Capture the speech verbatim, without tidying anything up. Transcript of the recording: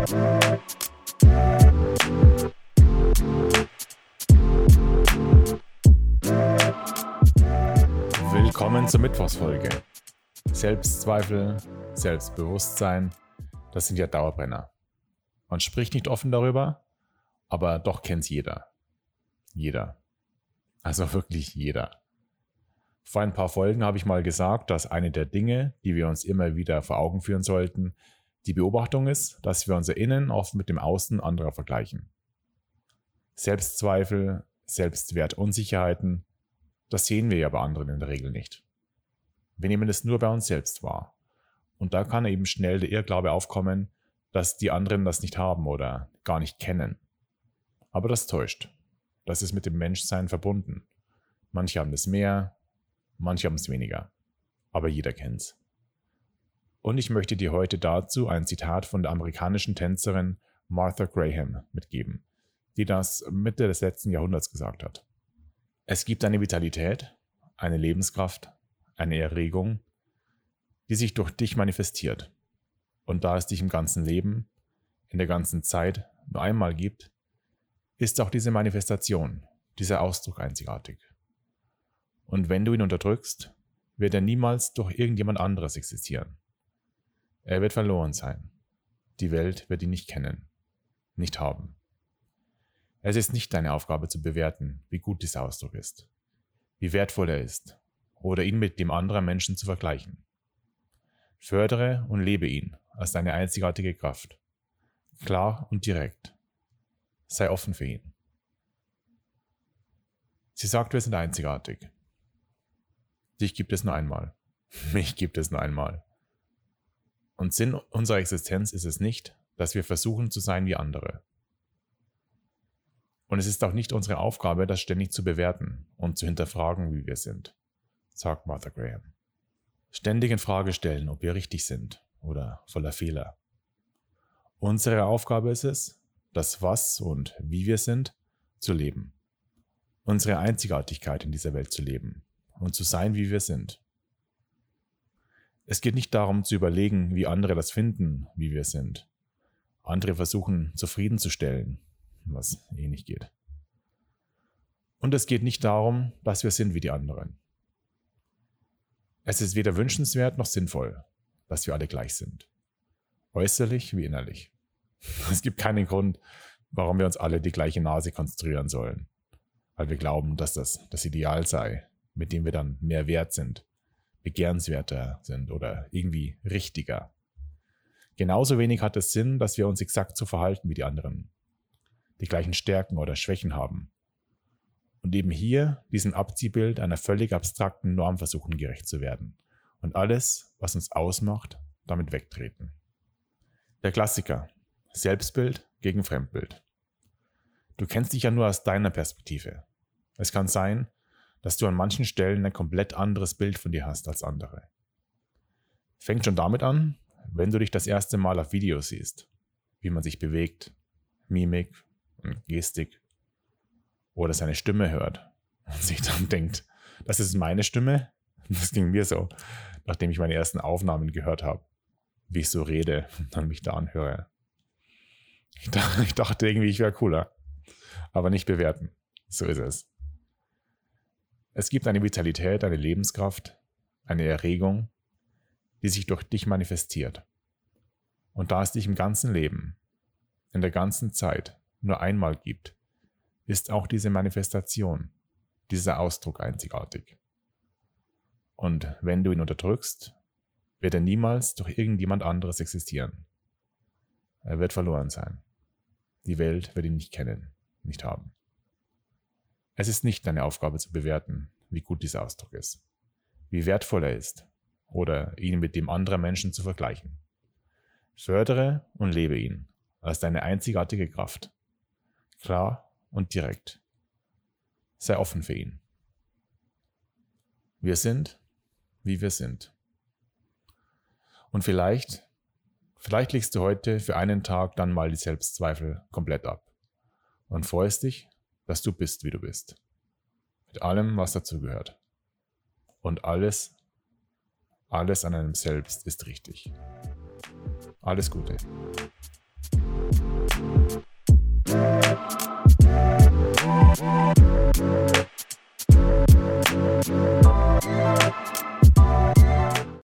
Willkommen zur Mittwochsfolge. Selbstzweifel, Selbstbewusstsein, das sind ja Dauerbrenner. Man spricht nicht offen darüber, aber doch kennt es jeder. Jeder. Also wirklich jeder. Vor ein paar Folgen habe ich mal gesagt, dass eine der Dinge, die wir uns immer wieder vor Augen führen sollten, die Beobachtung ist, dass wir unser Innen oft mit dem Außen anderer vergleichen. Selbstzweifel, Selbstwertunsicherheiten, das sehen wir ja bei anderen in der Regel nicht. Wir nehmen es nur bei uns selbst wahr. Und da kann eben schnell der Irrglaube aufkommen, dass die anderen das nicht haben oder gar nicht kennen. Aber das täuscht. Das ist mit dem Menschsein verbunden. Manche haben es mehr, manche haben es weniger. Aber jeder kennt's. Und ich möchte dir heute dazu ein Zitat von der amerikanischen Tänzerin Martha Graham mitgeben, die das Mitte des letzten Jahrhunderts gesagt hat. Es gibt eine Vitalität, eine Lebenskraft, eine Erregung, die sich durch dich manifestiert. Und da es dich im ganzen Leben, in der ganzen Zeit nur einmal gibt, ist auch diese Manifestation, dieser Ausdruck einzigartig. Und wenn du ihn unterdrückst, wird er niemals durch irgendjemand anderes existieren. Er wird verloren sein. Die Welt wird ihn nicht kennen, nicht haben. Es ist nicht deine Aufgabe zu bewerten, wie gut dieser Ausdruck ist, wie wertvoll er ist, oder ihn mit dem anderen Menschen zu vergleichen. Fördere und lebe ihn als deine einzigartige Kraft. Klar und direkt. Sei offen für ihn. Sie sagt, wir sind einzigartig. Dich gibt es nur einmal. Mich gibt es nur einmal. Und Sinn unserer Existenz ist es nicht, dass wir versuchen zu sein wie andere. Und es ist auch nicht unsere Aufgabe, das ständig zu bewerten und zu hinterfragen, wie wir sind, sagt Martha Graham. Ständig in Frage stellen, ob wir richtig sind oder voller Fehler. Unsere Aufgabe ist es, das Was und wie wir sind, zu leben. Unsere Einzigartigkeit in dieser Welt zu leben und zu sein, wie wir sind. Es geht nicht darum zu überlegen, wie andere das finden, wie wir sind. Andere versuchen zufriedenzustellen, was eh nicht geht. Und es geht nicht darum, dass wir sind wie die anderen. Es ist weder wünschenswert noch sinnvoll, dass wir alle gleich sind. Äußerlich wie innerlich. Es gibt keinen Grund, warum wir uns alle die gleiche Nase konstruieren sollen. Weil wir glauben, dass das das Ideal sei, mit dem wir dann mehr wert sind, begehrenswerter sind oder irgendwie richtiger. Genauso wenig hat es Sinn, dass wir uns exakt so verhalten wie die anderen, die gleichen Stärken oder Schwächen haben. Und eben hier diesem Abziehbild einer völlig abstrakten Norm versuchen gerecht zu werden und alles, was uns ausmacht, damit wegtreten. Der Klassiker: Selbstbild gegen Fremdbild. Du kennst dich ja nur aus deiner Perspektive. Es kann sein, dass du an manchen Stellen ein komplett anderes Bild von dir hast als andere. Fängt schon damit an, wenn du dich das erste Mal auf Video siehst, wie man sich bewegt, Mimik und Gestik, oder seine Stimme hört und sich dann denkt, das ist meine Stimme? Das ging mir so, nachdem ich meine ersten Aufnahmen gehört habe, wie ich so rede und dann mich da anhöre. Ich dachte, ich dachte irgendwie, ich wäre cooler, aber nicht bewerten. So ist es. Es gibt eine Vitalität, eine Lebenskraft, eine Erregung, die sich durch dich manifestiert. Und da es dich im ganzen Leben, in der ganzen Zeit nur einmal gibt, ist auch diese Manifestation, dieser Ausdruck einzigartig. Und wenn du ihn unterdrückst, wird er niemals durch irgendjemand anderes existieren. Er wird verloren sein. Die Welt wird ihn nicht kennen, nicht haben. Es ist nicht deine Aufgabe zu bewerten, wie gut dieser Ausdruck ist, wie wertvoll er ist oder ihn mit dem anderer Menschen zu vergleichen. Fördere und lebe ihn als deine einzigartige Kraft. Klar und direkt. Sei offen für ihn. Wir sind, wie wir sind. Und vielleicht, vielleicht legst du heute für einen Tag dann mal die Selbstzweifel komplett ab und freust dich, dass du bist, wie du bist. Mit allem, was dazugehört. Und alles, alles an einem selbst ist richtig. Alles Gute.